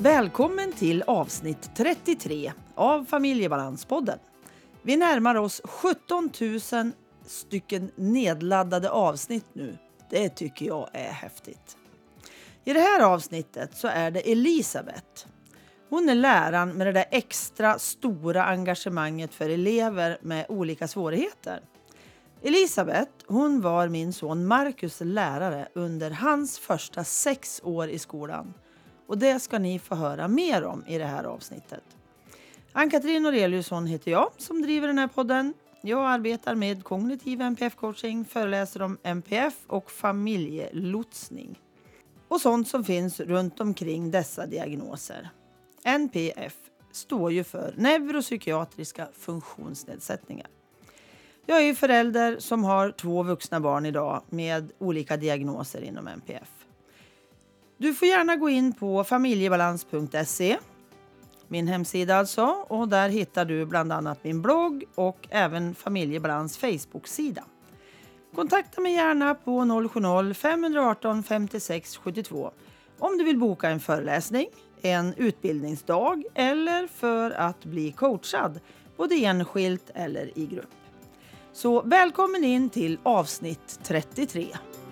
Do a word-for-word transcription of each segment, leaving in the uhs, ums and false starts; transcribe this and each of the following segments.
Välkommen till avsnitt trettiotre av Familjebalanspodden. Vi närmar oss sjutton tusen stycken nedladdade avsnitt nu. Det tycker jag är häftigt. I det här avsnittet så är det Elisabeth. Hon är läraren med det där extra stora engagemanget för elever med olika svårigheter. Elisabeth, hon var min son Marcus lärare under hans första sex år i skolan. Och det ska ni få höra mer om i det här avsnittet. Ann-Katrin Aureliusson heter jag som driver den här podden. Jag arbetar med kognitiv N P F-coaching, föreläser om N P F och familjelotsning. Och sånt som finns runt omkring dessa diagnoser. N P F står ju för neuropsykiatriska funktionsnedsättningar. Jag är ju förälder som har två vuxna barn idag med olika diagnoser inom N P F. Du får gärna gå in på familjebalans punkt se, min hemsida alltså, och där hittar du bland annat min blogg och även Familjebalans Facebook-sida. Kontakta mig gärna på noll sju noll fem ett åtta fem sex sju två om du vill boka en föreläsning, en utbildningsdag eller för att bli coachad, både enskilt eller i grupp. Så välkommen in till avsnitt trettiotre.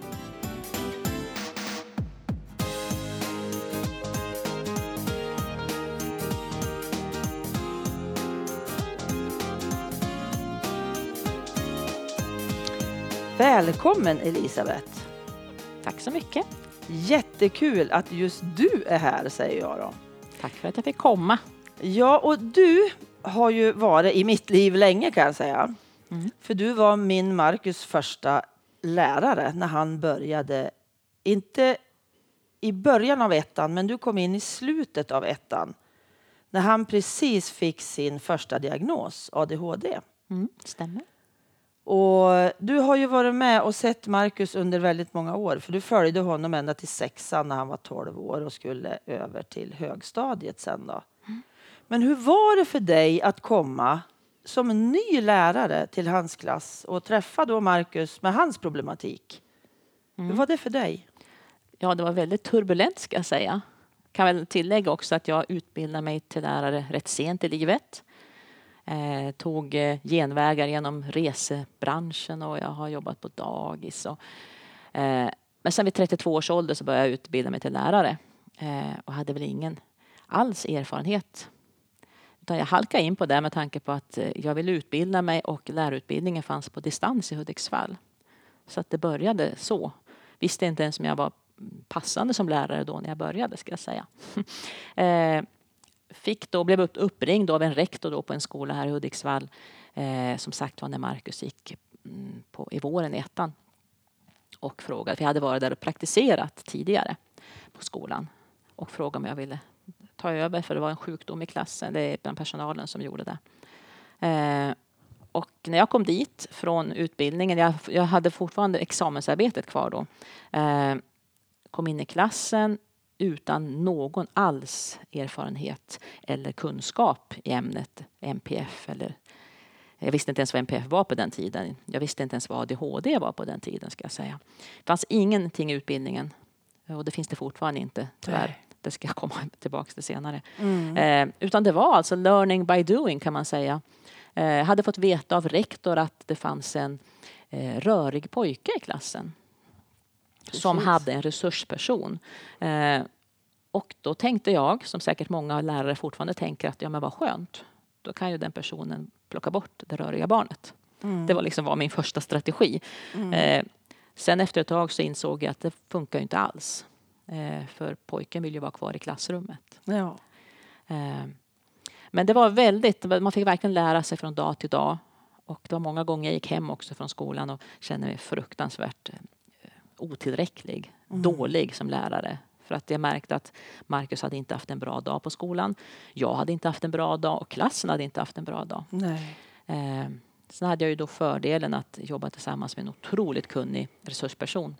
Välkommen Elisabeth. Tack så mycket. Jättekul att just du är här, säger jag då. Tack för att jag fick komma. Ja, och du har ju varit i mitt liv länge kan jag säga. Mm. För du var min Marcus första lärare när han började, inte i början av ettan, men du kom in i slutet av ettan. När han precis fick sin första diagnos, A D H D. Mm, stämmer. Och du har ju varit med och sett Marcus under väldigt många år. För du följde honom ända till sexan när han var tolv år och skulle över till högstadiet sen då. Mm. Men hur var det för dig att komma som en ny lärare till hans klass och träffa då Marcus med hans problematik? Mm. Hur var det för dig? Ja, det var väldigt turbulent ska jag säga. Kan väl tillägga också att jag utbildade mig till lärare rätt sent i livet. Eh, tog eh, genvägar genom resebranschen och jag har jobbat på dagis. Och, eh, men sen vid trettiotvå års ålder så började jag utbilda mig till lärare. Eh, och hade väl ingen alls erfarenhet. Utan jag halkade in på det med tanke på att eh, jag ville utbilda mig och lärarutbildningen fanns på distans i Hudiksvall. Så att det började så. Visste inte ens om jag var passande som lärare då när jag började ska jag säga. eh, Fick då, blev uppringd av en rektor då på en skola här i Hudiksvall. Eh, som sagt var när Marcus gick mm, på, i våren i ettan. Och frågade, för jag hade varit där och praktiserat tidigare på skolan. Och frågade om jag ville ta över för det var en sjukdom i klassen. Det är bland personalen som gjorde det. Eh, och när jag kom dit från utbildningen, jag, jag hade fortfarande examensarbetet kvar då. Eh, kom in i klassen. Utan någon alls erfarenhet eller kunskap i ämnet N P F. Eller, jag visste inte ens vad N P F var på den tiden. Jag visste inte ens vad A D H D var på den tiden ska jag säga. Det fanns ingenting i utbildningen. Och det finns det fortfarande inte tyvärr. Nej. Det ska jag komma tillbaka till senare. Mm. Eh, utan det var alltså learning by doing kan man säga. Jag eh, hade fått veta av rektor att det fanns en eh, rörig pojke i klassen. Precis. Som hade en resursperson. Eh, och då tänkte jag, som säkert många lärare fortfarande tänker att ja men vad skönt. Då kan ju den personen plocka bort det röriga barnet. Mm. Det var liksom var min första strategi. Mm. Eh, sen efter ett tag så insåg jag att det funkar ju inte alls. Eh, för pojken vill ju vara kvar i klassrummet. Ja. Eh, men det var väldigt, man fick verkligen lära sig från dag till dag. Och det var många gånger jag gick hem också från skolan och kände mig fruktansvärt otillräcklig, mm. dålig som lärare. För att jag märkte att Marcus hade inte haft en bra dag på skolan. Jag hade inte haft en bra dag och klassen hade inte haft en bra dag. Nej. Eh, sen hade jag ju då fördelen att jobba tillsammans med en otroligt kunnig resursperson.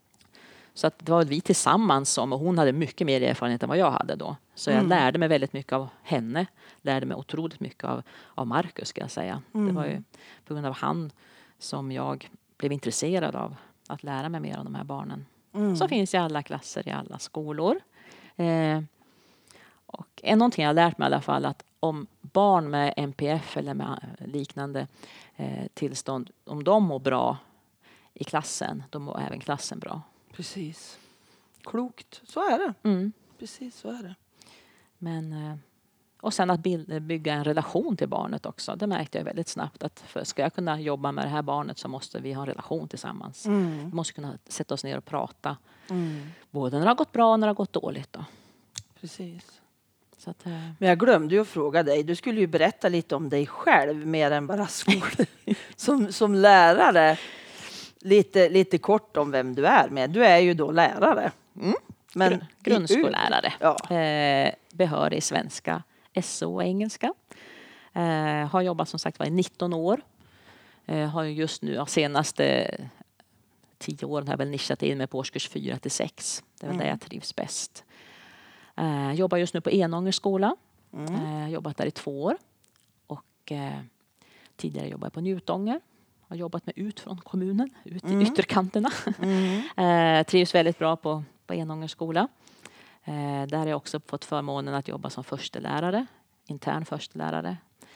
Så att det var vi tillsammans som, och hon hade mycket mer erfarenhet än vad jag hade då. Så jag mm. lärde mig väldigt mycket av henne. Lärde mig otroligt mycket av, av Marcus ska jag säga. Mm. Det var ju på grund av han som jag blev intresserad av att lära mig mer om de här barnen. Mm. Så finns i alla klasser, i alla skolor. Eh, Och en någonting jag har lärt mig i alla fall att om barn med M P F eller med liknande eh, tillstånd, om de mår bra i klassen, då mår även klassen bra. Precis. Klokt. Så är det. Mm. Precis så är det. Men, eh, och sen att bild, bygga en relation till barnet också. Det märkte jag väldigt snabbt att för ska jag kunna jobba med det här barnet så måste vi ha en relation tillsammans. Mm. Vi måste kunna sätta oss ner och prata. Mm. Både när det har gått bra och när det har gått dåligt. Då. Precis. Så att, eh, Men jag glömde ju att fråga dig. Du skulle ju berätta lite om dig själv mer än bara skol. som, som lärare. Lite, lite kort om vem du är med. Du är ju då lärare. mm. Men Gr- grundskollärare. Ja. Eh, behörig i svenska, S O och engelska. Eh, har jobbat som sagt var i nitton år. Eh, har ju just nu, ja, senaste tio åren har jag väl nischat in mig på årskurs fyra till sex. Det är väl Mm. där jag trivs bäst. Eh, jobbar just nu på Enångers skola. Mm. Eh, jobbat där i två år. Och eh, tidigare jobbade jag på Njutånger. Har jobbat med ut från kommunen, ut Mm. i ytterkanterna. Mm. eh, trivs väldigt bra på, på Enångers skola. Eh, där har jag också fått förmånen att jobba som förstelärare, intern förstelärare.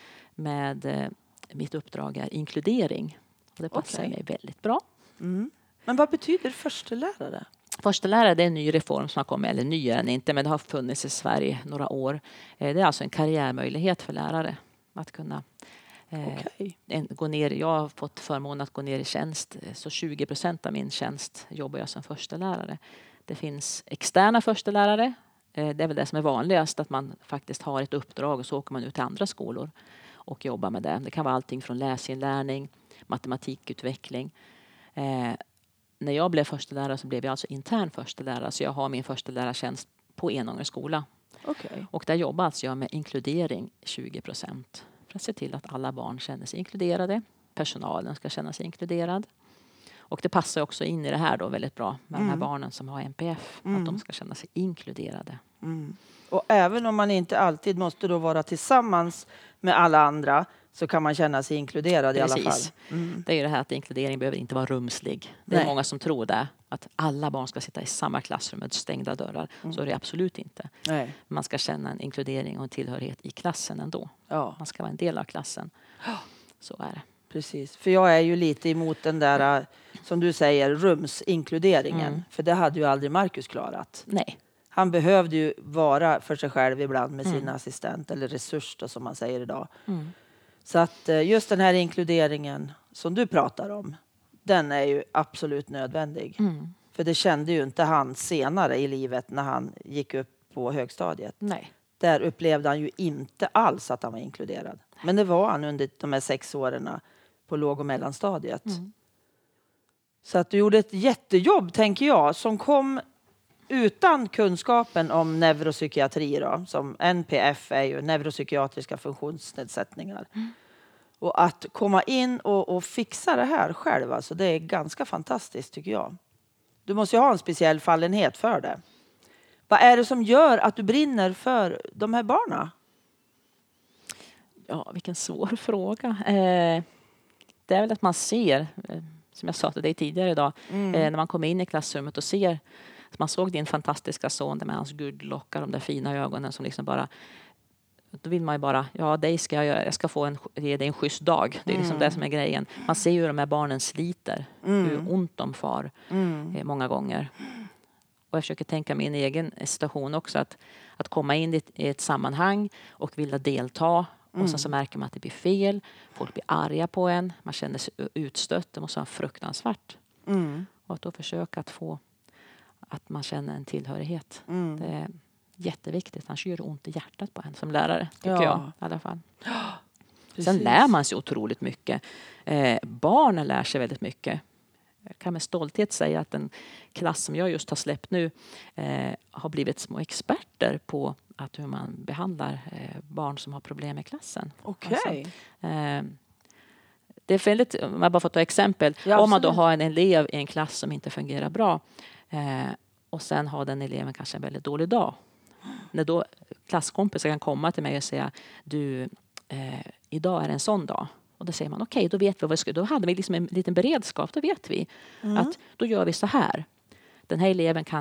Med eh, mitt uppdrag är inkludering. Och det passar Okej. mig väldigt bra. Mm. Men vad betyder förstelärare? Förstelärare det är en ny reform som har kommit, eller ny är den inte, men det har funnits i Sverige några år. Eh, det är alltså en karriärmöjlighet för lärare att kunna eh, Okej. en, gå ner. Jag har fått förmånen att gå ner i tjänst, så tjugo procent av min tjänst jobbar jag som förstelärare. Det finns externa förstelärare. Eh, det är väl det som är vanligast, att man faktiskt har ett uppdrag och så åker man ut till andra skolor och jobbar med det. Det kan vara allting från läsinlärning, matematikutveckling. Eh, när jag blev förstelärare så blev jag alltså intern förstelärare, så jag har min förstelärartjänst på Enångers skola. Okej. Och där jobbar alltså jag med inkludering tjugo procent för att se till att alla barn känner sig inkluderade. Personalen ska känna sig inkluderad. Och det passar också in i det här då väldigt bra med Mm. de här barnen som har M P F. Mm. Att de ska känna sig inkluderade. Mm. Och även om man inte alltid måste då vara tillsammans med alla andra så kan man känna sig inkluderad i alla fall. Precis. Mm. Det är ju det här att inkludering behöver inte vara rumslig. Det är Nej. många som tror det. Att alla barn ska sitta i samma klassrum med stängda dörrar. Mm. Så är det absolut inte. Nej. Man ska känna en inkludering och en tillhörighet i klassen ändå. Ja, Man ska vara en del av klassen. Så är det. precis. För jag är ju lite emot den där, som du säger, rumsinkluderingen. Mm. För det hade ju aldrig Marcus klarat. Nej. Han behövde ju vara för sig själv ibland med sin Mm. assistent, eller resurs då, som man säger idag. Mm. Så att eh, just den här inkluderingen som du pratar om, den är ju absolut nödvändig. Mm. För det kände ju inte han senare i livet när han gick upp på högstadiet. Nej. Där upplevde han ju inte alls att han var inkluderad. Men det var han under de här sex åren på låg- och mellanstadiet. Mm. Så att du gjorde ett jättejobb, tänker jag, som kom utan kunskapen om neuropsykiatri då, som N P F är ju neuropsykiatriska funktionsnedsättningar. Mm. Och att komma in och, och fixa det här själv, alltså, det är ganska fantastiskt tycker jag. Du måste ju ha en speciell fallenhet för det. Vad är det som gör att du brinner för de här barnen? Ja, vilken svår fråga. Eh, det är väl att man ser, eh, som jag sa till dig tidigare idag, Mm. eh, när man kommer in i klassrummet och ser, man såg din fantastiska son med hans guldlockar, de där fina ögonen som liksom bara, då vill man ju bara, ja dig ska jag göra, jag ska få en, ge dig en schysst dag. Det är liksom Mm. det som är grejen. Man ser ju hur de här barnen sliter, Mm. hur ont de far Mm. eh, många gånger. Och jag försöker tänka min egen situation också, att, att komma in i ett, i ett sammanhang och vilja delta. Och sen så märker man att det blir fel. Folk blir arga på en. Man känner sig utstött. Det måste vara fruktansvärt. Mm. Och att då försöka att få att man känner en tillhörighet. Mm. Det är jätteviktigt. Annars gör det ont i hjärtat på en som lärare. Tycker Ja. jag i alla fall. Precis. Sen lär man sig otroligt mycket. Eh, barnen lär sig väldigt mycket. Jag kan med stolthet säga att den klass som jag just har släppt nu eh, har blivit små experter på att hur man behandlar eh, barn som har problem i klassen. Okej. Alltså, eh, det är väldigt, om jag bara får ta exempel, Ja, om man då absolut. har en elev i en klass som inte fungerar bra eh, och sen har den eleven kanske en väldigt dålig dag. När då klasskompisar kan komma till mig och säga, du, eh, idag är en sån dag. Och då säger man, okej, okay, då vet vi vad vi ska. Då hade vi liksom en liten beredskap, då vet vi Mm. att då gör vi så här. Den här eleven kan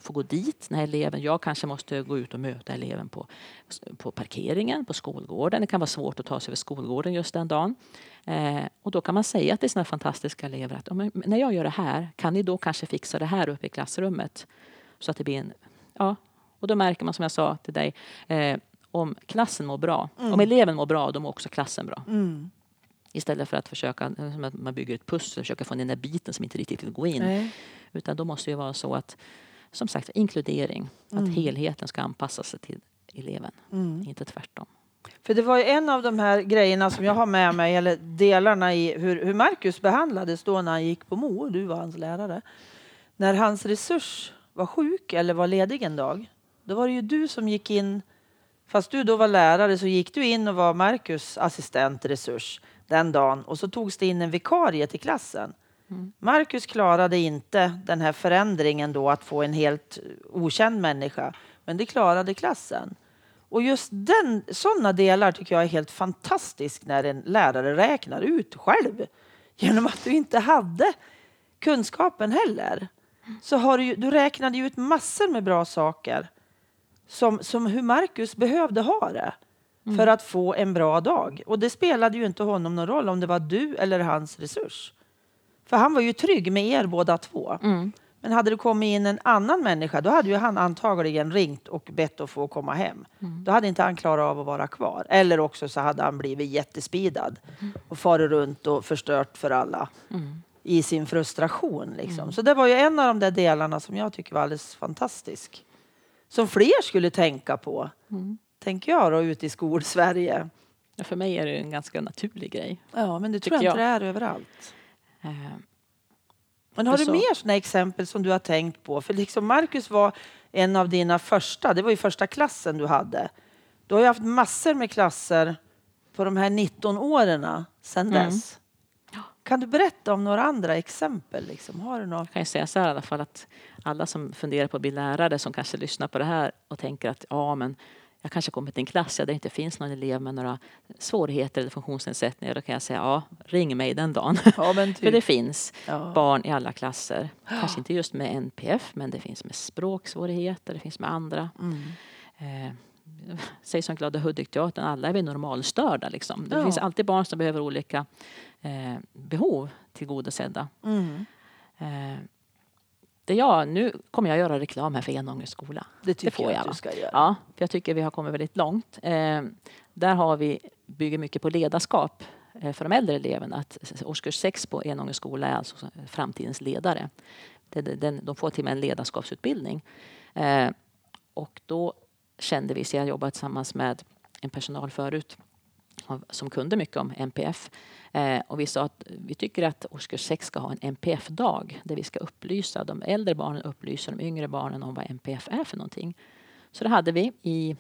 få gå dit när eleven, jag kanske måste gå ut och möta eleven på, på parkeringen, på skolgården. Det kan vara svårt att ta sig över skolgården just den dagen. Eh, och då kan man säga till sina fantastiska elever att men, när jag gör det här, kan ni då kanske fixa det här uppe i klassrummet? Så att det blir en, ja, och då märker man som jag sa till dig, eh, om klassen mår bra, mm. om eleven mår bra, då mår också klassen bra. Mm. Istället för att försöka, som att man bygger ett pussel och försöka få in den där biten som inte riktigt vill gå in. Nej. Utan då måste det vara så att, som sagt, inkludering. Mm. Att helheten ska anpassa sig till eleven. Mm. Inte tvärtom. För det var ju en av de här grejerna som jag har med mig, eller delarna i hur, hur Marcus behandlades då när han gick på Mo. Du var hans lärare. När hans resurs var sjuk eller var ledig en dag. Då var det ju du som gick in. Fast du då var lärare så gick du in och var Marcus assistent resurs den dagen. Och så togs det in en vikarie till klassen. Mm. Marcus klarade inte den här förändringen då att få en helt okänd människa. Men det klarade klassen. Och just den, sådana delar tycker jag är helt fantastisk när en lärare räknar ut själv. Genom att du inte hade kunskapen heller. Så har du, du räknade ut massor med bra saker. Som, som hur Marcus behövde ha det. Mm. För att få en bra dag. Och det spelade ju inte honom någon roll om det var du eller hans resurs. För han var ju trygg med er båda två. Mm. Men hade det kommit in en annan människa, då hade ju han antagligen ringt och bett att få komma hem. Mm. Då hade inte han klarat av att vara kvar. Eller också så hade han blivit jättespidad. Mm. Och farit runt och förstört för alla. Mm. I sin frustration liksom. Mm. Så det var ju en av de där delarna som jag tycker var alldeles fantastisk. Som fler skulle tänka på. Mm. Tänker jag då ute i Skol-Sverige. Ja, för mig är det en ganska naturlig grej. Ja, men det tror jag inte det är överallt. Uh, men har du så... mer sådana exempel som du har tänkt på? För liksom Marcus var en av dina första. Det var ju första klassen du hade. Du har ju haft massor med klasser på de här nitton åren sedan mm. dess. Kan du berätta om några andra exempel? Liksom? Har du något? Kan jag säga så här i alla fall att alla som funderar på att bli lärare som kanske lyssnar på det här och tänker att ja, men jag kanske kommer till en klass där det inte finns någon elev med några svårigheter eller funktionsnedsättningar. Då kan jag säga ja, ring mig den dagen. Ja, men typ. För det finns ja. barn i alla klasser. Ja. Kanske inte just med N P F, men det finns med språksvårigheter, det finns med andra. Mm. Eh, Säg som Glada Hudik-teatern, alla är vi normalstörda. Liksom. Det ja. finns alltid barn som behöver olika eh, behov tillgodosedda. Mm. Eh, det jag, nu kommer jag göra reklam här för Enånger skola. Det tycker det får jag, jag att du ska göra. Ja, för jag tycker vi har kommit väldigt långt. Eh, där har vi, bygger mycket på ledarskap eh, för de äldre eleverna. Att årskurs sex på Enånger skola är alltså framtidens ledare. Det, den, de får till och med en ledarskapsutbildning. Eh, och då kände vi, så jag jobbade tillsammans med en personal förut som kunde mycket om N P F. Eh, och vi sa att vi tycker att årskurs sex ska ha en N P F-dag där vi ska upplysa de äldre barnen, upplysa de yngre barnen om vad N P F är för någonting. Så det hade vi i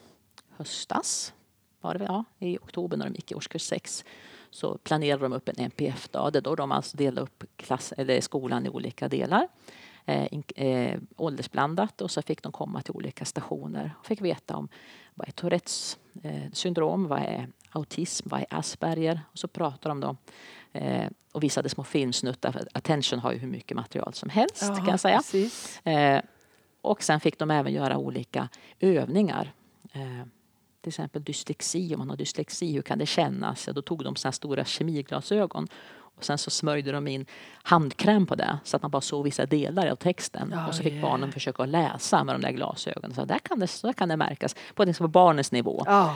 höstas, var det, ja, i oktober när de gick i årskurs sex. Så planerade de upp en N P F-dag där då de alltså delade upp klass, eller skolan i olika delar. Eh, eh, åldersblandat och så fick de komma till olika stationer och fick veta om vad är Tourettes eh, syndrom, vad är autism, vad är Asperger och så pratar de då eh, och visade små filmsnuttar. För Attention har ju hur mycket material som helst. Jaha, kan jag säga. Eh, och sen fick de även göra olika övningar. Eh, till exempel dyslexi, om man har dyslexi, hur kan det kännas? Ja, då tog de så här stora kemiglasögon. Och sen så smörjde de in handkräm på det så att man bara såg vissa delar av texten. Oh, och så fick yeah. barnen försöka läsa med de där glasögonen. Så där kan det, så där kan det märkas på, liksom på barnens nivå. Oh,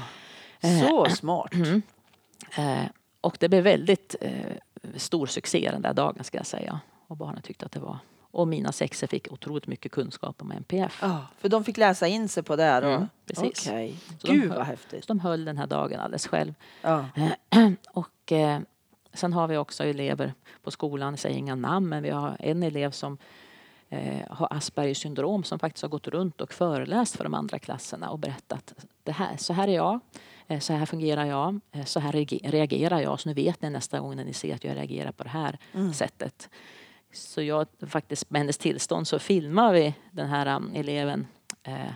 så eh, smart. Mm. Eh, och det blev väldigt eh, stor succé den där dagen ska jag säga. Och barnen tyckte att det var... Och mina sexer fick otroligt mycket kunskap om N P F. Oh, för de fick läsa in sig på det här. Mm, precis. Okay. Så Gud de vad höll, häftigt. Så de höll den här dagen alldeles själv. Oh. och... Eh, Sen har vi också elever på skolan, jag säger inga namn, men vi har en elev som eh, har Aspergers syndrom som faktiskt har gått runt och föreläst för de andra klasserna och berättat det här, så här är jag, eh, så här fungerar jag, eh, så här reagerar jag, så nu vet ni nästa gång när ni ser att jag reagerar på det här mm. sättet. Så jag faktiskt med hennes tillstånd så filmar vi den här um, eleven eh,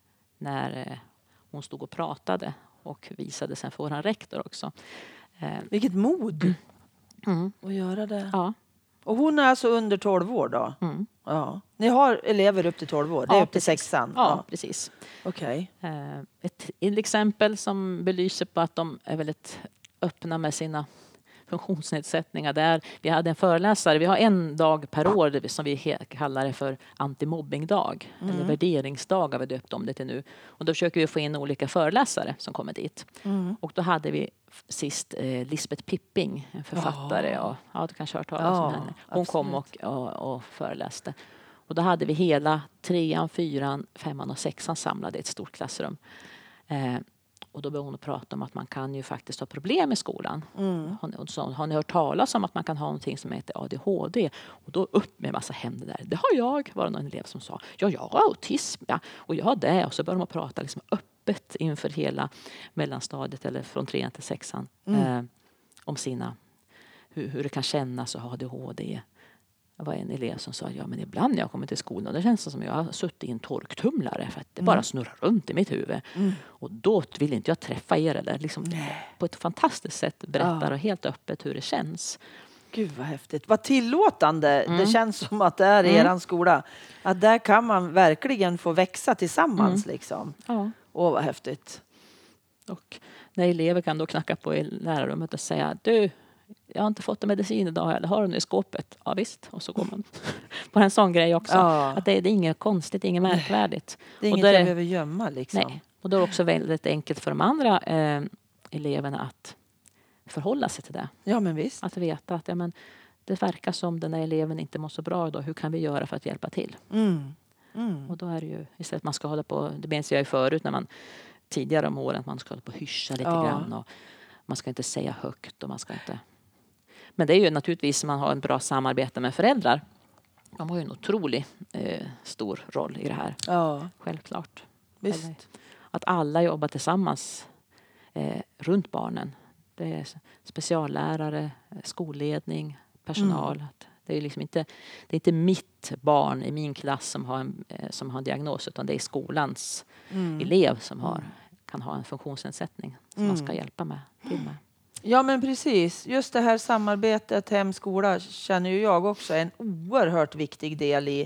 när eh, hon stod och pratade och visade sen för vår rektor också. Vilket mod mm. att göra det. Ja. Och hon är alltså under tolv år då? Mm. Ja. Ni har elever upp till tolv år? Det är Ja, upp till precis. sexan? Ja, Ja. precis. Okej. Eh, Ett exempel som belyser på att de är väldigt öppna med sina funktionsnedsättningar. Där vi hade en föreläsare, vi har en dag per år som vi he- kallar det för antimobbingdag. Mm. Eller värderingsdag har vi döpt om det till nu. Och då försöker vi få in olika föreläsare som kommer dit. Mm. Och då hade vi f- sist eh, Lisbeth Pipping, en författare. Ja. Och, ja, du kanske har hört talas om Ja, henne. Hon kom och, absolut. och, och föreläste. Och då hade vi hela trean, fyran, femman och sexan samlade i ett stort klassrum. Eh, och då började hon att prata om att man kan ju faktiskt ha problem i skolan. Mm. Har, ni- så, har ni hört talas om att man kan ha någonting som heter A D H D? Och då upp med massa händer där. Det har jag, var det någon elev som sa. Ja, jag har autism, ja. Och jag har det. Och så började de att prata liksom öppet inför hela mellanstadiet eller från trean till sexan. Mm. Eh, om sina, hur, hur det kan kännas att ha A D H D. Det var en elev som sa, ja men ibland när jag kommer till skolan det känns det som jag har suttit i en torktumlare för att det bara Mm. snurrar runt i mitt huvud. Mm. Och då vill inte jag träffa er eller liksom på ett fantastiskt sätt berättar Ja. och helt öppet hur det känns. Gud vad häftigt. Vad tillåtande det Mm. känns som att det är i Mm. eran skola. Att där kan man verkligen få växa tillsammans liksom. Ja. Åh vad häftigt. Och när elever kan då knacka på i lärarrummet och säga, du, jag har inte fått en medicin idag eller har du den i skåpet? Ja visst, och så går man på en sån grej också. Ja. Att det, det är inget konstigt, inget märkvärdigt. Det är Och inget då är jag det- behöver gömma liksom. Nej. Och då är det också väldigt enkelt för de andra eh, eleverna att förhålla sig till det. Ja men visst. Att veta att ja, men, det verkar som den här eleven inte mår så bra idag. Hur kan vi göra för att hjälpa till? Mm. Mm. Och då är det ju istället att man ska hålla på, det minns jag ju förut när man tidigare om åren att man ska hålla på och hyscha lite Ja. grann och man ska inte säga högt och man ska inte. Men det är ju naturligtvis man har en bra samarbete med föräldrar. De har ju en otrolig eh, stor roll i det här, Ja självklart. visst. Eller att alla jobbar tillsammans eh, runt barnen. Det är speciallärare, skolledning, personal. Mm. Att det är liksom inte, det är inte mitt barn i min klass som har en, eh, som har en diagnos utan det är skolans Mm. elev som har, kan ha en funktionsnedsättning som man ska Mm. hjälpa med, till med. Ja men precis. Just det här samarbetet hem-skola känner ju jag också är en oerhört viktig del i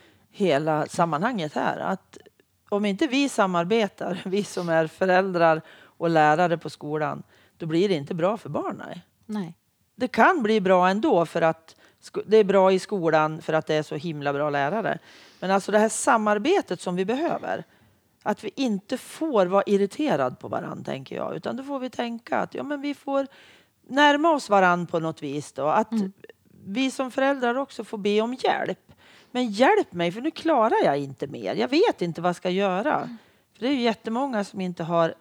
hela sammanhanget här. Att om inte vi samarbetar, vi som är föräldrar och lärare på skolan, då blir det inte bra för barnen. Nej. Det kan bli bra ändå för att sko- det är bra i skolan för att det är så himla bra lärare. Men alltså det här samarbetet som vi behöver. Att vi inte får vara irriterad på varandra tänker jag. Utan då får vi tänka att ja, men vi får närma oss varandra på något vis. Då. Att Mm. vi som föräldrar också får be om hjälp. Men hjälp mig för nu klarar jag inte mer. Jag vet inte vad jag ska göra. För det är ju jättemånga som inte har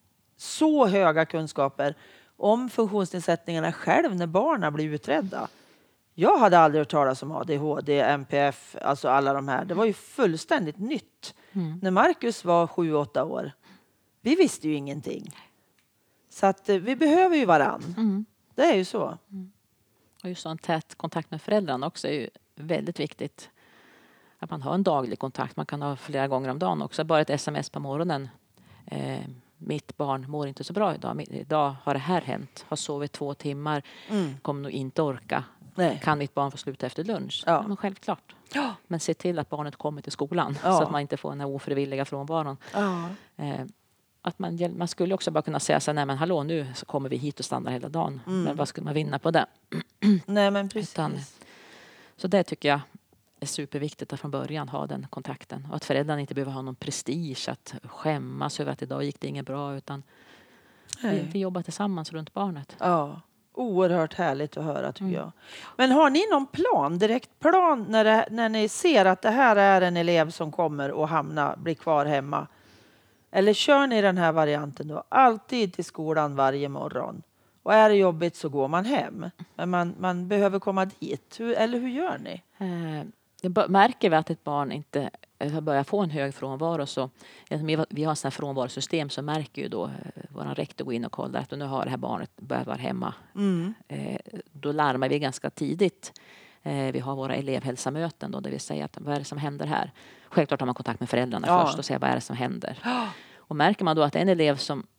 så höga kunskaper om funktionsnedsättningarna själv när barnen blir utredda. Jag hade aldrig hört talas om A D H D, M P F, alltså alla de här. Det var ju fullständigt nytt. Mm. När Marcus var sju, åtta år. Vi visste ju ingenting. Så att eh, vi behöver ju varann. Mm. Det är ju så. Och just en tät kontakt med föräldrarna också är ju väldigt viktigt. Att man har en daglig kontakt. Man kan ha flera gånger om dagen också. Bara ett sms på morgonen. Eh, mitt barn mår inte så bra idag. Mitt- Idag har det här hänt. Har sovit två timmar. Mm. Kommer nog inte orka. Nej. Kan mitt barn få sluta efter lunch? Ja. Men självklart. Ja. Men se till att barnet kommer till skolan. Ja. Så att man inte får den här ofrivilliga frånvaron. Ja. Eh, att man, hjäl- man skulle också bara kunna säga så här, nej men hallå nu så kommer vi hit och stannar hela dagen. Mm. Men vad skulle man vinna på det? Nej men precis. Utan- Så det tycker jag är superviktigt att från början ha den kontakten. Och att föräldrarna inte behöver ha någon prestige att skämmas över att idag gick det inget bra. Utan vi, Nej. vi jobbar tillsammans runt barnet. Ja. Oerhört härligt att höra tycker Mm. jag. Men har ni någon plan, direkt plan när, det, när ni ser att det här är en elev som kommer att hamna, bli kvar hemma? Eller kör ni den här varianten då? Alltid till skolan varje morgon. Och är det jobbigt så går man hem. Men man, man behöver komma dit. Hur, eller hur gör ni? Eh, det bör- märker vi att ett barn inte eh, har börjat få en hög frånvaro så eh, vi har- vi har sådana frånvarosystem så märker ju då eh, vår rektor går in och kollar att nu har det här barnet börjat vara hemma. Mm. Eh, då larmar vi ganska tidigt. Eh, vi har våra elevhälsamöten då, det vill säga att vad är det som händer här? Självklart har man kontakt med föräldrarna Ja. först och säger vad är det som händer? Och märker man då att en elev som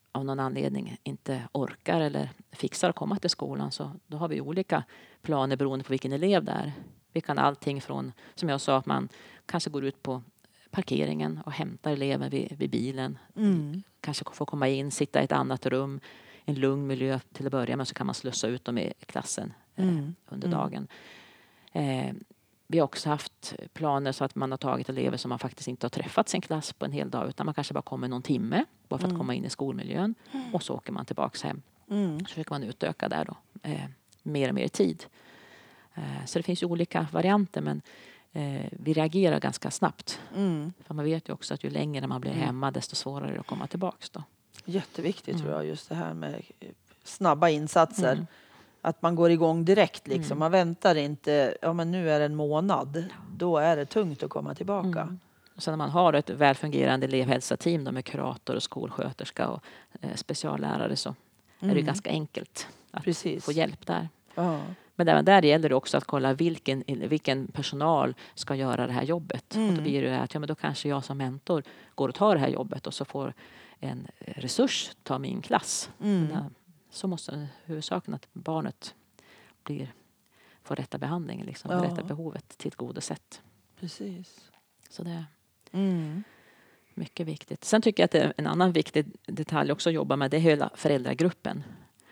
av någon anledning inte orkar eller fixar att komma till skolan, så då har vi olika planer beroende på vilken elev det är. Vi kan allting från, som jag sa, att man kanske går ut på parkeringen och hämtar eleven vid, vid bilen. Mm. Kanske får komma in, sitta i ett annat rum, en lugn miljö till att börja med, så kan man slussa ut dem i klassen eh, Mm. under Mm. dagen. Eh, vi har också haft planer så att man har tagit elever som man faktiskt inte har träffat sin klass på en hel dag, utan man kanske bara kommer någon timme bara för att Mm. komma in i skolmiljön, och så åker man tillbaks hem. Mm. Så försöker man utöka där då, eh, mer och mer tid. Eh, så det finns ju olika varianter, men eh, vi reagerar ganska snabbt. Mm. För man vet ju också att ju längre man blir Mm. hemma, desto svårare är det att komma tillbaks då. Jätteviktigt Mm. tror jag, just det här med snabba insatser. Mm. Att man går igång direkt liksom. Mm. Man väntar inte, ja men nu är det en månad. Då är det tungt att komma tillbaka. Mm. Och sen när man har ett välfungerande elevhälsoteam då med kurator och skolsköterska och eh, speciallärare, så Mm. är det ganska enkelt att Precis. få hjälp där. Ja. Men även där gäller det också att kolla vilken, vilken personal ska göra det här jobbet. Mm. Och då blir det att ja, men då kanske jag som mentor går och tar det här jobbet, och så får en resurs ta min klass. Mm. Men, så måste huvudsaken att barnet blir, får rätta behandling, liksom, Ja. rätta behovet tillgodosett. Precis. Så det är Mm. mycket viktigt. Sen tycker jag att det är en annan viktig detalj också att jobba med, det är hela föräldragruppen.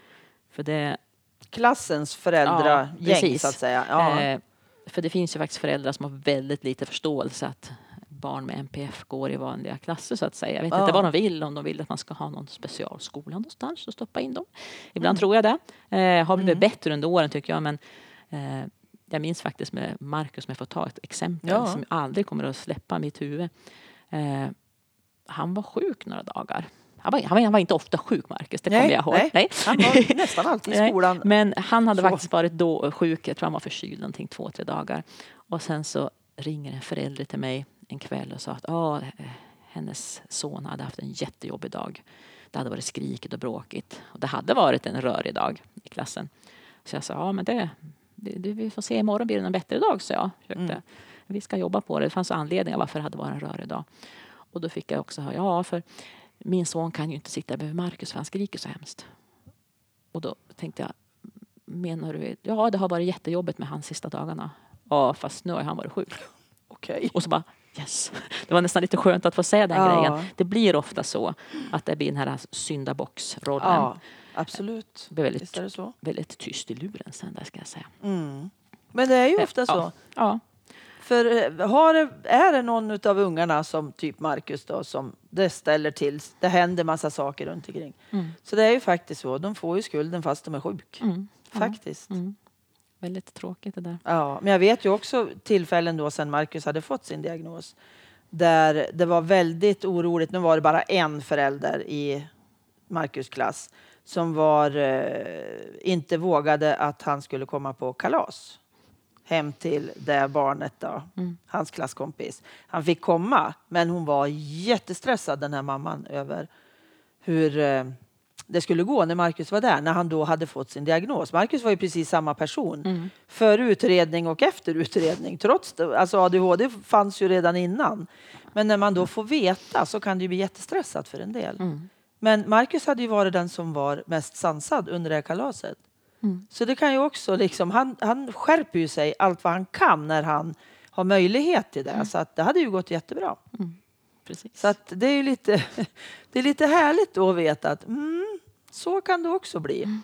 För det Klassens Ja, föräldragäng precis. så att säga. Ja. Eh, för det finns ju faktiskt föräldrar som har väldigt lite förståelse att barn med N P F går i vanliga klasser så att säga. Jag vet Ja. inte vad de vill, om de vill att man ska ha någon specialskola någonstans och stoppa in dem. Ibland Mm. tror jag det. Eh, har blivit Mm. bättre under åren tycker jag, men eh, jag minns faktiskt med Marcus, om jag får ta ett exempel Ja. som aldrig kommer att släppa mitt huvud. Eh, han var sjuk några dagar. Han var, han var, han var inte ofta sjuk, Marcus, det kommer Nej, jag ihåg. nej. Nej. Han var nästan alltid i Nej, skolan. Men han hade Så. faktiskt varit då sjuk, jag tror han var förkyld någonting två, tre dagar. Och sen så ringer en förälder till mig en kväll och sa att ah, hennes son hade haft en jättejobbig dag. Det hade varit skrikigt och bråkigt. Och det hade varit en rörig dag i klassen. Så jag sa, ja men det, det vi får se, imorgon blir det en bättre dag, så jag försökte. Mm. Vi ska jobba på det. Det fanns anledningar varför det hade varit en rörig dag. Och då fick jag också höra, ja för min son kan ju inte sitta bredvid Marcus för han skriker så hemskt. Och då tänkte jag, menar du, ja det har varit jättejobbigt med hans sista dagarna. Ja, fast nu har han varit sjuk. Okej. Och så bara, yes. Det var nästan lite skönt att få säga den Ja. grejen. Det blir ofta så att det blir den här syndabocksrollen. Ja, absolut. Det blir väldigt, Visst är det så. väldigt tyst i luren sen där, ska jag säga. Mm. Men det är ju ofta så. Ja. Ja. För eh, har det, är det någon av ungarna som typ Marcus då, som det ställer till, det händer massa saker runt omkring. Mm. Så det är ju faktiskt så, de får ju skulden fast de är sjuk. Mm. Faktiskt. Mm. Väldigt tråkigt det där. Ja, men jag vet ju också tillfällen då sen Marcus hade fått sin diagnos där det var väldigt oroligt. Nu var det bara en förälder i Marcus klass som var eh, inte vågade att han skulle komma på kalas hem till det barnet då, Mm. hans klasskompis. Han fick komma, men hon var jättestressad, den här mamman, över hur eh, det skulle gå när Marcus var där, när han då hade fått sin diagnos. Marcus var ju precis samma person Mm. före utredning och efter utredning. Trots det, alltså A D H D fanns ju redan innan. Men när man då får veta så kan det ju bli jättestressat för en del. Mm. Men Marcus hade ju varit den som var mest sansad under det här kalaset. Mm. Så det kan ju också liksom, han, han skärper ju sig allt vad han kan när han har möjlighet till det. Mm. Så att det hade ju gått jättebra. Precis. Så att det är ju lite, det är lite härligt då att veta att mm, så kan det också bli. Mm.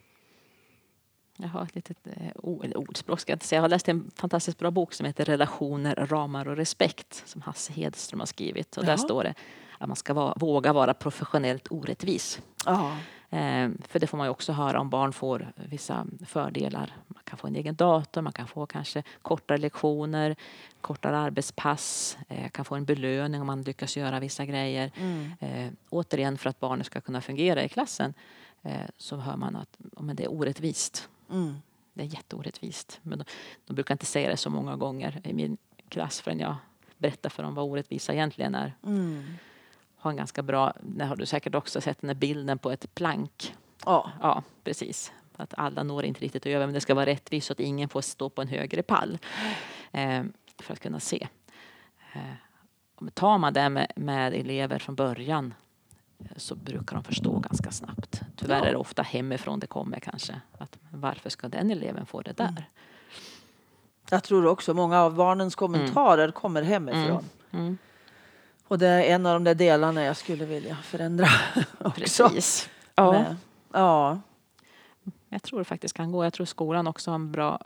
Jag har ett litet eh, ord, eller ordspråk ska jag inte säga. Jag har läst en fantastiskt bra bok som heter Relationer, ramar och respekt som Hasse Hedström har skrivit. Och där Jaha. står det att man ska vara, våga vara professionellt orättvis. Ja. Eh, för det får man ju också höra om barn får vissa fördelar. Man kan få en egen dator, man kan få kanske kortare lektioner, kortare arbetspass, eh, kan få en belöning om man lyckas göra vissa grejer. Mm. Eh, återigen för att barnet ska kunna fungera i klassen eh, så hör man att oh, men det är orättvist. Mm. Det är jätteorättvist. Men de, de brukar inte säga det så många gånger i min klass förrän jag berättar för dem vad orättvisa egentligen är. Mm. Har en ganska bra, det har du säkert också sett den här bilden på ett plank. Ja. Ja, precis. Att alla når inte riktigt över, men det ska vara rättvist så att ingen får stå på en högre pall. Eh, för att kunna se. Eh, tar man det med, med elever från början så brukar de förstå ganska snabbt. Tyvärr Ja. är det ofta hemifrån det kommer kanske. Att varför ska den eleven få det där? Mm. Jag tror också många av barnens kommentarer mm. kommer hemifrån. Mm. Mm. Och det är en av de där delarna jag skulle vilja förändra också. Precis. Ja. Men, ja. Jag tror det faktiskt kan gå. Jag tror skolan också har en bra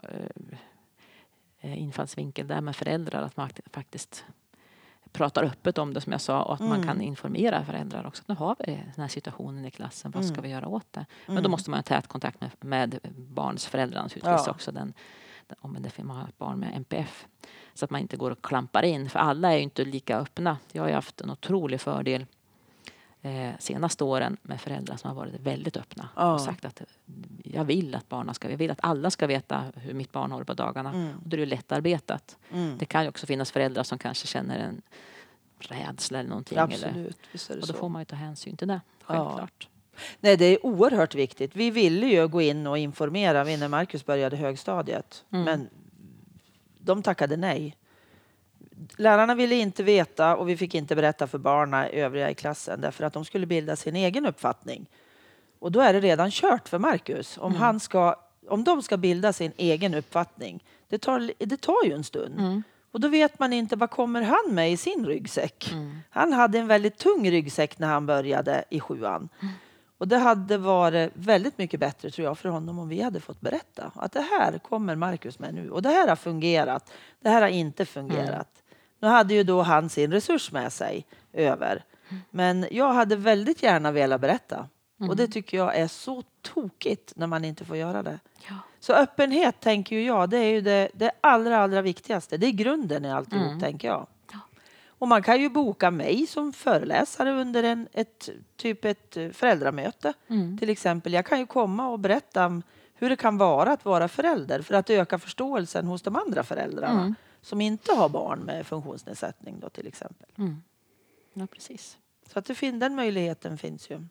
eh, infallsvinkel där med föräldrar. Att man faktiskt pratar öppet om det som jag sa. Och att mm. man kan informera föräldrar också. Nu har vi den här situationen i klassen. Vad ska mm. vi göra åt det? Men mm. då måste man ha tät kontakt med, med barns föräldrar naturligtvis ja. också. Den, om det finns ett barn med N P F. Så att man inte går och klampar in. För alla är ju inte lika öppna. Jag har ju haft en otrolig fördel eh, senaste åren med föräldrar som har varit väldigt öppna. Ja. Och sagt att jag vill att barnen ska, jag vill att alla ska veta hur mitt barn har det på dagarna. Mm. Och då är det ju lättarbetat. Mm. Det kan ju också finnas föräldrar som kanske känner en rädsla eller någonting. Absolut, eller, visst är det och då så. får man ju ta hänsyn till det, självklart. Ja. Nej, det är oerhört viktigt. Vi ville ju gå in och informera när Marcus började högstadiet. Mm. Men de tackade nej. Lärarna ville inte veta och vi fick inte berätta för barnen övriga i klassen därför att de skulle bilda sin egen uppfattning. Och då är det redan kört för Marcus. Om, mm. han ska, om de ska bilda sin egen uppfattning, det tar, det tar ju en stund. Mm. Och då vet man inte vad kommer han med i sin ryggsäck. Mm. Han hade en väldigt tung ryggsäck när han började i sjuan. Mm. Och det hade varit väldigt mycket bättre tror jag för honom om vi hade fått berätta att det här kommer Marcus med nu. Och det här har fungerat. Det här har inte fungerat. Mm. Nu hade ju då han sin resurs med sig över. Men jag hade väldigt gärna velat berätta. Mm. Och det tycker jag är så tokigt när man inte får göra det. Ja. Så öppenhet tänker ju jag, det är ju det, det allra allra viktigaste. Det är grunden i alltihop mm. tänker jag. Ja. Och man kan ju boka mig som föreläsare under en, ett, typ ett föräldramöte. Mm. Till exempel, jag kan ju komma och berätta om hur det kan vara att vara förälder. För att öka förståelsen hos de andra föräldrarna. Mm. Som inte har barn med funktionsnedsättning då till exempel. Mm. Ja, precis. Så att det fin- den möjligheten finns ju.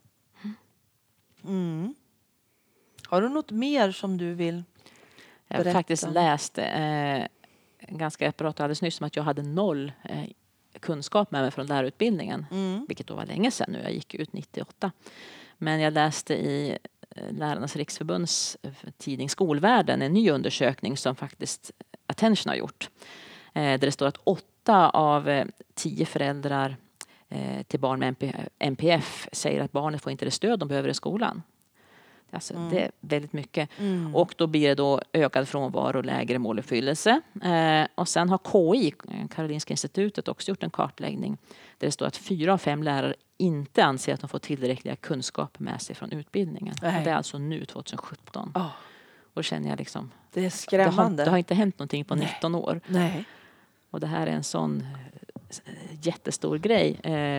Mm. Har du något mer som du vill berätta? Jag har faktiskt läst eh, ganska, jag pratade alldeles nyss om att jag hade noll eh, kunskap med mig från lärarutbildningen. Mm. Vilket då var länge sedan nu, jag gick ut nittioåtta. Men jag läste i eh, Lärarnas riksförbunds eh, tidning Skolvärlden en ny undersökning som faktiskt Attention har gjort. Eh, där det står att åtta av eh, tio föräldrar eh, till barn med N P F säger att barnet får inte det stöd de behöver i skolan. Alltså, mm. Det är väldigt mycket. Mm. Och då blir det då ökad frånvaro och lägre måluppfyllelse. Eh, och sen har K I, Karolinska institutet, också gjort en kartläggning där det står att fyra av fem lärare inte anser att de får tillräckliga kunskaper med sig från utbildningen. Och det är alltså nu tjugohundrasjutton. Oh. Och då känner jag liksom... Det är skrämmande. Det har, det har inte hänt någonting på Nej. nitton år. Nej. Och det här är en sån jättestor grej. Eh,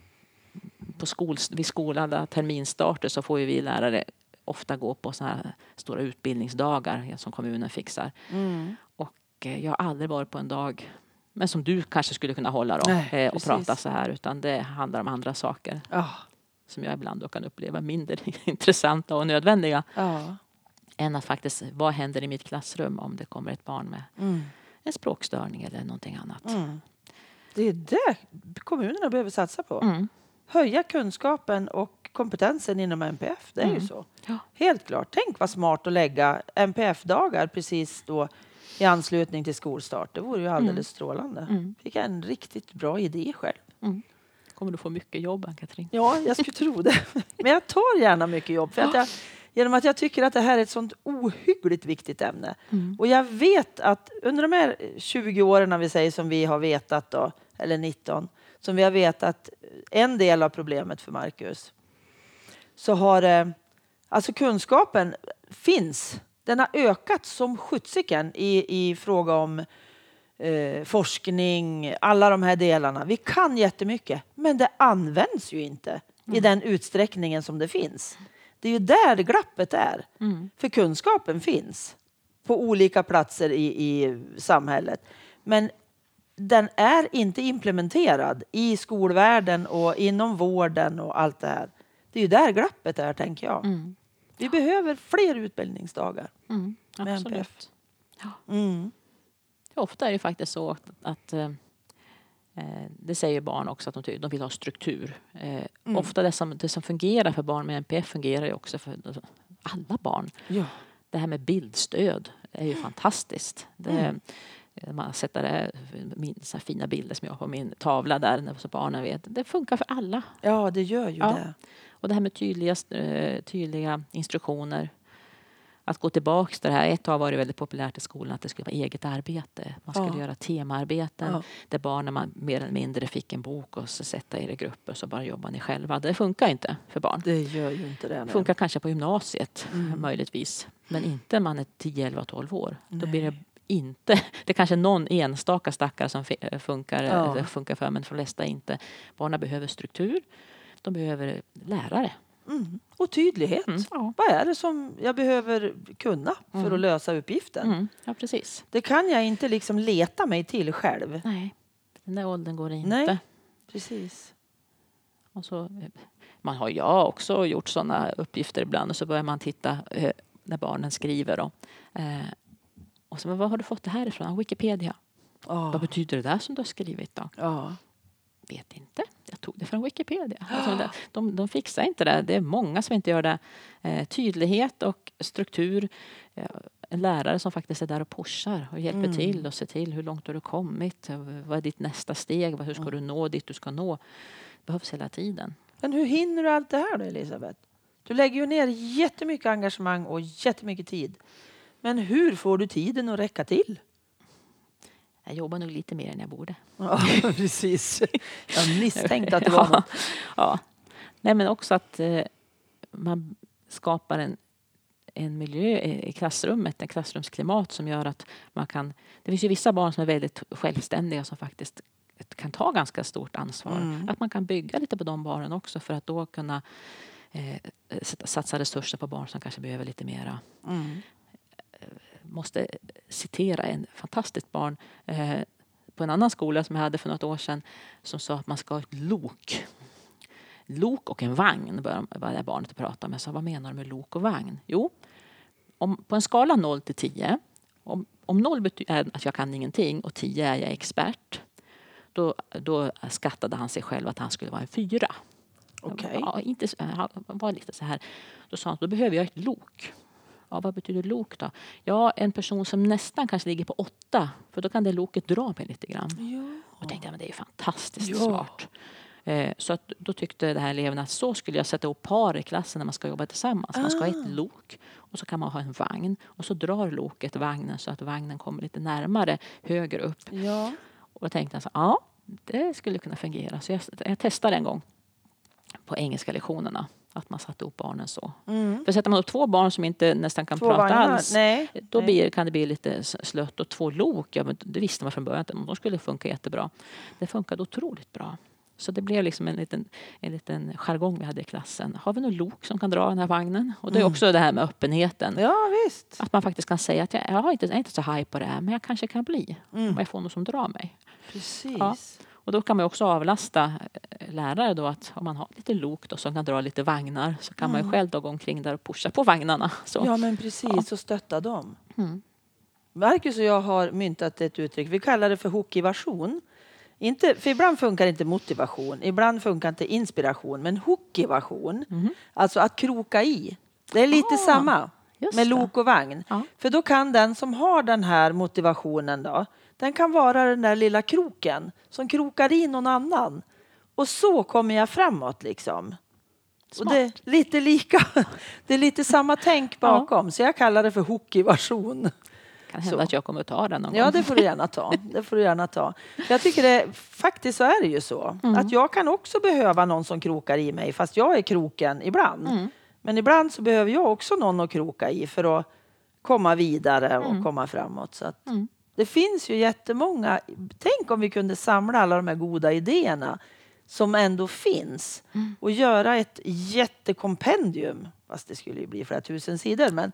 på skol, vid skolan, terminstarter, så får ju vi lärare ofta gå på såna här stora utbildningsdagar som kommunen fixar. Mm. Och eh, jag har aldrig varit på en dag, men som du kanske skulle kunna hålla då, Nej, eh, och prata så här, utan det handlar om andra saker. Oh. Som jag ibland då kan uppleva mindre intressanta och nödvändiga. Oh. Än att faktiskt, vad händer i mitt klassrum om det kommer ett barn med mm. en språkstörning eller någonting annat. Mm. Det är det kommunerna behöver satsa på. Mm. Höja kunskapen och kompetensen inom N P F. Det är mm. ju så. Ja. Helt klart. Tänk vad smart att lägga N P F-dagar precis då i anslutning till skolstart. Det vore ju alldeles mm. strålande. Mm. Fick jag en riktigt bra idé själv. Mm. Kommer du få mycket jobb, Ann-Katrin? Ja, jag skulle tro det. Men jag tar gärna mycket jobb. För att jag, genom att jag tycker att det här är ett sånt ohyggligt viktigt ämne. Mm. Och jag vet att under de här tjugo åren vi säger som vi har vetat då, eller nitton, som vi har vetat en del av problemet för Marcus, så har eh, alltså kunskapen finns. Den har ökat som sjuttsiken i, i fråga om eh, forskning, alla de här delarna. Vi kan jättemycket, men det används ju inte mm. i den utsträckningen som det finns. Det är ju där glappet är. Mm. För kunskapen finns på olika platser i, i samhället. Men den är inte implementerad i skolvärlden och inom vården och allt det här. Det är ju där glappet är, tänker jag. Mm. Vi behöver fler utbildningsdagar. Mm, absolut. Ja. Mm. Ofta är det faktiskt så att, att Det säger barn också att de, ty- de vill ha struktur. Eh, Mm. Ofta det som, det som fungerar för barn med N P F fungerar ju också för alla barn. Ja. Det här med bildstöd är ju fantastiskt. Det, Mm. Man sätter det, min, så här fina bilder som jag har på min tavla där så barnen vet. Det funkar för alla. Ja, det gör ju Ja. det. Och det här med tydliga, eh, tydliga instruktioner. Att gå tillbaka till det här. Ett har varit väldigt populärt i skolan att det skulle vara eget arbete. Man skulle Ja. göra temaarbeten. Ja. Där barnen man mer eller mindre fick en bok och så sätta er i grupper så bara jobbar ni själva. Det funkar inte för barn. Det gör ju inte det. Det nej. funkar kanske på gymnasiet Mm. möjligtvis. Men inte man är tio, elva, tolv år. Då Nej. blir det inte. Det är kanske någon enstaka stackare som fi- funkar, Ja. det funkar för, men för de flesta inte. Barnen behöver struktur. De behöver lärare. Mm. Och tydlighet. Mm. Ja. Vad är det som jag behöver kunna för Mm. att lösa uppgiften? Mm. Ja, precis. Det kan jag inte liksom leta mig till själv. Nej, den där åldern går det inte. Nej. Precis. Och så, man har jag också gjort sådana uppgifter ibland och så börjar man titta eh, när barnen skriver. Då. Eh, och så, men vad har du fått det här ifrån? Wikipedia. Ja. Vad betyder det där som du har skrivit då? Ja. Vet inte. Jag tog det från Wikipedia. Alltså, det- de, de fixar inte det. Det är många som inte gör det. Eh, tydlighet och struktur. Eh, en lärare som faktiskt är där och pushar och hjälper Mm. till och ser till hur långt har du kommit. Vad är ditt nästa steg? Hur ska du nå dit du ska nå? Behövs hela tiden. Men hur hinner du allt det här då, Elisabeth? Du lägger ju ner jättemycket engagemang och jättemycket tid. Men hur får du tiden att räcka till? Jag jobbar nog lite mer än jag borde. Ja, precis. Jag misstänkte att det var något. Ja. Nej, men också att eh, man skapar en, en miljö i klassrummet, en klassrumsklimat som gör att man kan... Det finns ju vissa barn som är väldigt självständiga som faktiskt kan ta ganska stort ansvar. Mm. Att man kan bygga lite på de barnen också för att då kunna eh, satsa resurser på barn som kanske behöver lite mera. Mm. Måste citera en fantastiskt barn eh, på en annan skola som jag hade för något år sedan som sa att man ska ha ett lok. Lok och en vagn började barnet att prata om. Jag sa, vad menar du med lok och vagn? Jo, om, på en skala noll till tio, om, om noll betyder att jag kan ingenting och tio är jag expert, då, då skattade han sig själv att han skulle vara en fyra. Okej. Ja, inte, han var lite så här. Då sa han, då behöver jag ett lok. Ja, vad betyder lok då? Ja, en person som nästan kanske ligger på åtta. För då kan det loket dra mig lite grann. Ja. Och tänkte jag, men det är ju fantastiskt Ja. smart. Eh, så att, då tyckte det här eleven att så skulle jag sätta upp par i klassen när man ska jobba tillsammans. Man ska ha ett Ah. lok och så kan man ha en vagn. Och så drar loket vagnen så att vagnen kommer lite närmare, högre upp. Ja. Och då tänkte jag så, ja, det skulle kunna fungera. Så jag, jag testade en gång på engelska lektionerna. Att man satte upp barnen så. Mm. För sätter man upp två barn som inte nästan kan Två prata vagnar. alls. Nej. Då Nej. blir, kan det bli lite s- slött. Och två lok, ja, men det visste man från början att de skulle funka jättebra. Det funkade otroligt bra. Så det blev liksom en liten, en liten jargong vi hade i klassen. Har vi någon lok som kan dra den här vagnen? Och det är Mm. också det här med öppenheten. Ja, visst. Att man faktiskt kan säga att jag, jag, har inte, jag är inte så high på det här, men jag kanske kan bli. Mm. Om jag får någon som drar mig. Precis. Ja. Och då kan man också avlasta eh, lärare då att om man har lite lok då, som kan dra lite vagnar så kan man ju Mm. själv då gå omkring där och pusha på vagnarna. Så. Ja, men precis. Och stötta dem. Mm. Marcus och jag har myntat ett uttryck. Vi kallar det för hookivation. Inte, för ibland funkar inte motivation. Ibland funkar inte inspiration. Men hookivation, Mhm. alltså att kroka i. Det är lite Ah, samma just med det. lok och vagn. Ja. För då kan den som har den här motivationen då, den kan vara den där lilla kroken som krokar i någon annan. Och så kommer jag framåt liksom. Och Smart. det är lite lika. Det är lite samma tänk bakom. Så jag kallar det för hookivation. Kan hända Så. att jag kommer att ta den någon Ja, gång. det får du gärna ta. Det får du gärna ta. För jag tycker det, faktiskt så är det ju så. Mm. Att jag kan också behöva någon som krokar i mig. Fast jag är kroken ibland. Mm. Men ibland så behöver jag också någon att kroka i. För att komma vidare och Mm. komma framåt. Så att Mm. det finns ju jättemånga. Tänk om vi kunde samla alla de här goda idéerna. Som ändå finns. Mm. Och göra ett jättekompendium. Fast det skulle ju bli flera tusen sidor. Men,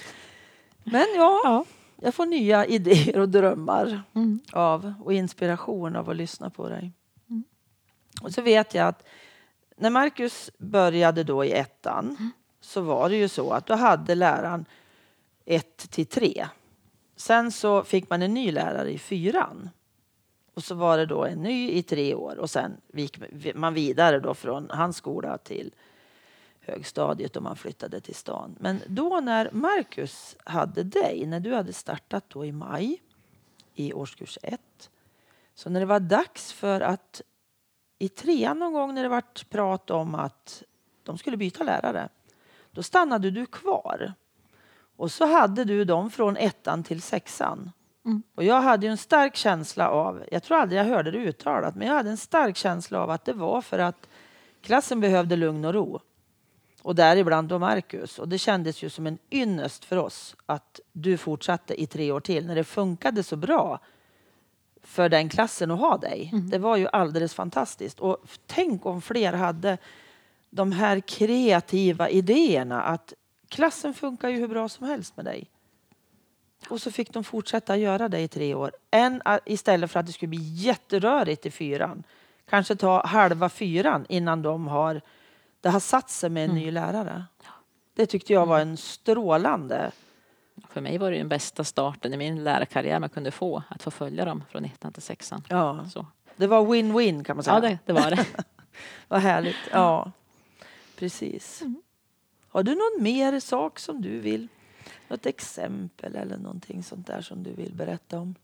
men ja. Ja. Jag får nya idéer och drömmar Mm. av och inspiration av att lyssna på dig. Mm. Och så vet jag att när Marcus började då i ettan Mm. så var det ju så att då hade läraren ett till tre. Sen så fick man en ny lärare i fyran. Och så var det då en ny i tre år. Och sen gick man vidare då från hans skola till högstadiet och man flyttade till stan. Men då när Marcus hade dig, när du hade startat då i maj i årskurs ett. Så när det var dags för att i trean någon gång när det var prat om att de skulle byta lärare. Då stannade du kvar. Och så hade du dem från ettan till sexan. Mm. Och jag hade ju en stark känsla av, jag tror aldrig jag hörde det uttalat, men jag hade en stark känsla av att det var för att klassen behövde lugn och ro. Och däribland då Marcus. Och det kändes ju som en ynnest för oss att du fortsatte i tre år till när det funkade så bra för den klassen att ha dig. Mm. Det var ju alldeles fantastiskt. Och tänk om fler hade de här kreativa idéerna att klassen funkar ju hur bra som helst med dig. Och så fick de fortsätta göra det i tre år. Än istället för att det skulle bli jätterörigt i fyran. Kanske ta halva fyran innan de har, det har satt sig med en mm. ny lärare. Det tyckte jag var en strålande. För mig var det den bästa starten i min lärarkarriär man kunde få. Att få följa dem från ettan till sexan. Ja, så. Det var win-win kan man säga. Ja, det, det var det. Vad härligt. Ja, precis. Mm. Har du någon mer sak som du vill? Något exempel eller någonting sånt där som du vill berätta om?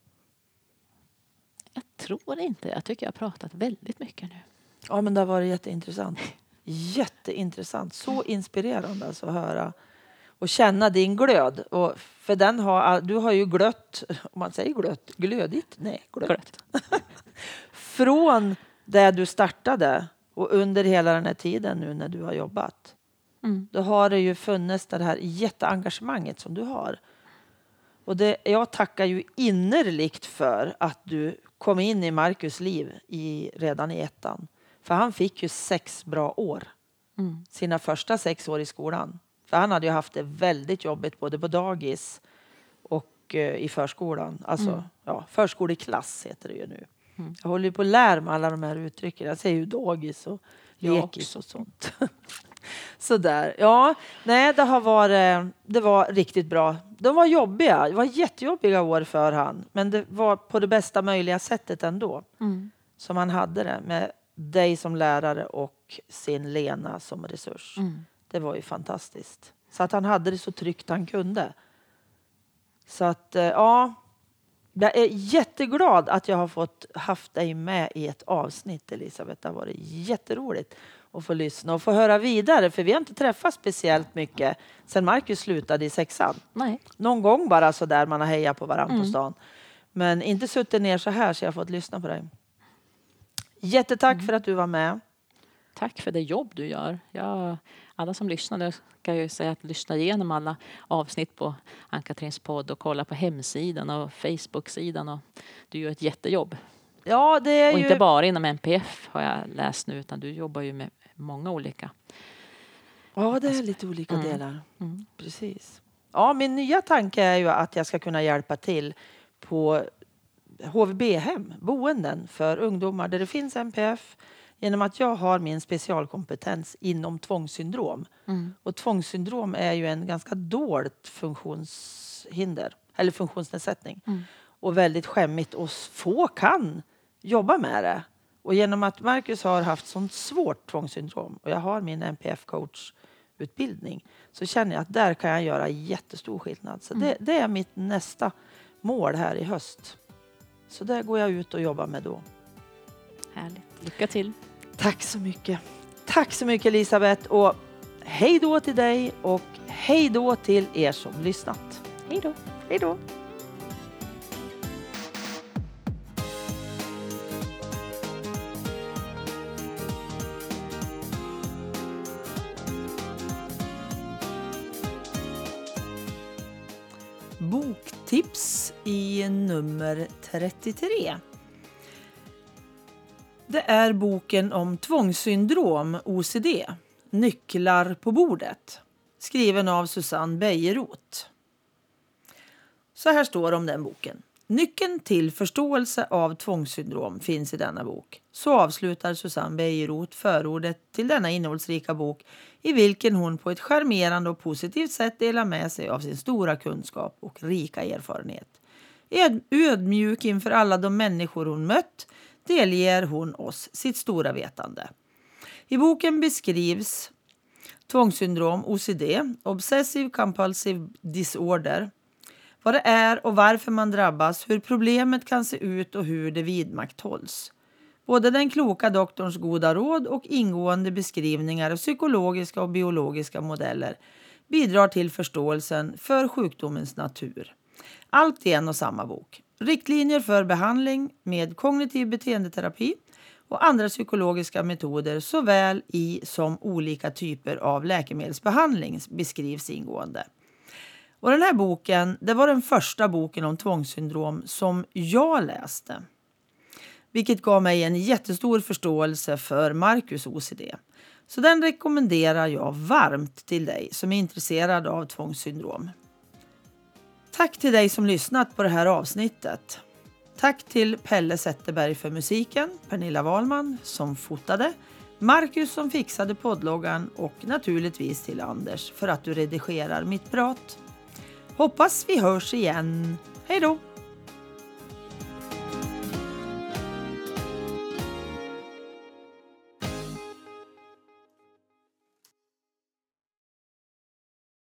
Jag tror inte. Jag tycker jag har pratat väldigt mycket nu. Ja, men det har varit jätteintressant. Jätteintressant. Så inspirerande alltså att höra och känna din glöd. Och för den har, du har ju glött, om man säger glött, glödigt? Nej, glött. glött. Från där du startade och under hela den här tiden nu när du har jobbat. Mm. Då har det ju funnits det här jätteengagemanget som du har. Och det, jag tackar ju innerligt för att du kom in i Marcus liv i, redan i ettan. För han fick ju sex bra år. Mm. Sina första sex år i skolan. För han hade ju haft det väldigt jobbigt både på dagis och eh, i förskolan. Alltså mm. ja, förskoleklass heter det ju nu. Mm. Jag håller ju på att lära mig alla de här uttrycken. Jag säger ju dagis och lekis och sånt. Sådär. Ja, nej, det har varit, det var riktigt bra. De var jobbiga. Det var jättejobbiga år för han. Men det var på det bästa möjliga sättet ändå. Mm. Som han hade det. Med dig som lärare och sin Lena som resurs. Mm. Det var ju fantastiskt. Så att han hade det så tryggt han kunde. Så att, ja. Jag är jätteglad att jag har fått haft dig med i ett avsnitt, Elisabeth. Det har varit jätteroligt att få lyssna och få höra vidare. För vi har inte träffat speciellt mycket sen Marcus slutade i sexan. Nej. Någon gång bara så där man har hejat på varandra mm. på stan. Men inte suttit ner så här så jag har fått lyssna på dig. Jättetack mm. för att du var med. Tack för det jobb du gör. Jag, alla som lyssnar ska ju säga att lyssna igenom alla avsnitt på Ann-Katrins podd och kolla på hemsidan och Facebook-sidan. Och du gör ett jättejobb. Ja, det är och ju... inte bara inom M P F har jag läst nu, utan du jobbar ju med många olika. Ja, det är lite olika mm. delar. Mm. Precis. Ja, min nya tanke är ju att jag ska kunna hjälpa till på H V B-hem, boenden för ungdomar där det finns M P F. Genom att jag har min specialkompetens inom tvångssyndrom. Mm. Och tvångssyndrom är ju en ganska dolt funktionshinder. Eller funktionsnedsättning. Mm. Och väldigt skämmigt. Och få kan jobba med det. Och genom att Marcus har haft sånt svårt tvångssyndrom. Och jag har min M P F-coach-utbildning. Så känner jag att där kan jag göra jättestor skillnad. Så mm. det, det är mitt nästa mål här i höst. Så där går jag ut och jobbar med då. Härligt. Lycka till. Tack så mycket. Tack så mycket Elisabeth. Och hej då till dig och hej då till er som lyssnat. Hej då. Hej då. Boktips i nummer trettiotre. Det är boken om tvångssyndrom, O C D, Nycklar på bordet, skriven av Susanne Bejerot. Så här står det om den boken. Nyckeln till förståelse av tvångssyndrom finns i denna bok. Så avslutar Susanne Bejerot förordet till denna innehållsrika bok i vilken hon på ett charmerande och positivt sätt delar med sig av sin stora kunskap och rika erfarenhet. Öd- ödmjuk inför alla de människor hon mött delger hon oss sitt stora vetande. I boken beskrivs tvångssyndrom, O C D, Obsessive Compulsive Disorder, vad det är och varför man drabbas, hur problemet kan se ut och hur det vidmakthålls. Både den kloka doktorns goda råd och ingående beskrivningar av psykologiska och biologiska modeller bidrar till förståelsen för sjukdomens natur. Allt i en och samma bok. Riktlinjer för behandling med kognitiv beteendeterapi och andra psykologiska metoder såväl i som olika typer av läkemedelsbehandling beskrivs ingående. Och den här boken, det var den första boken om tvångssyndrom som jag läste. Vilket gav mig en jättestor förståelse för Marcus O C D. Så den rekommenderar jag varmt till dig som är intresserad av tvångssyndrom. Tack till dig som lyssnat på det här avsnittet. Tack till Pelle Zetterberg för musiken, Pernilla Wahlman som fotade, Marcus som fixade poddloggan och naturligtvis till Anders för att du redigerar mitt prat. Hoppas vi hörs igen. Hej då!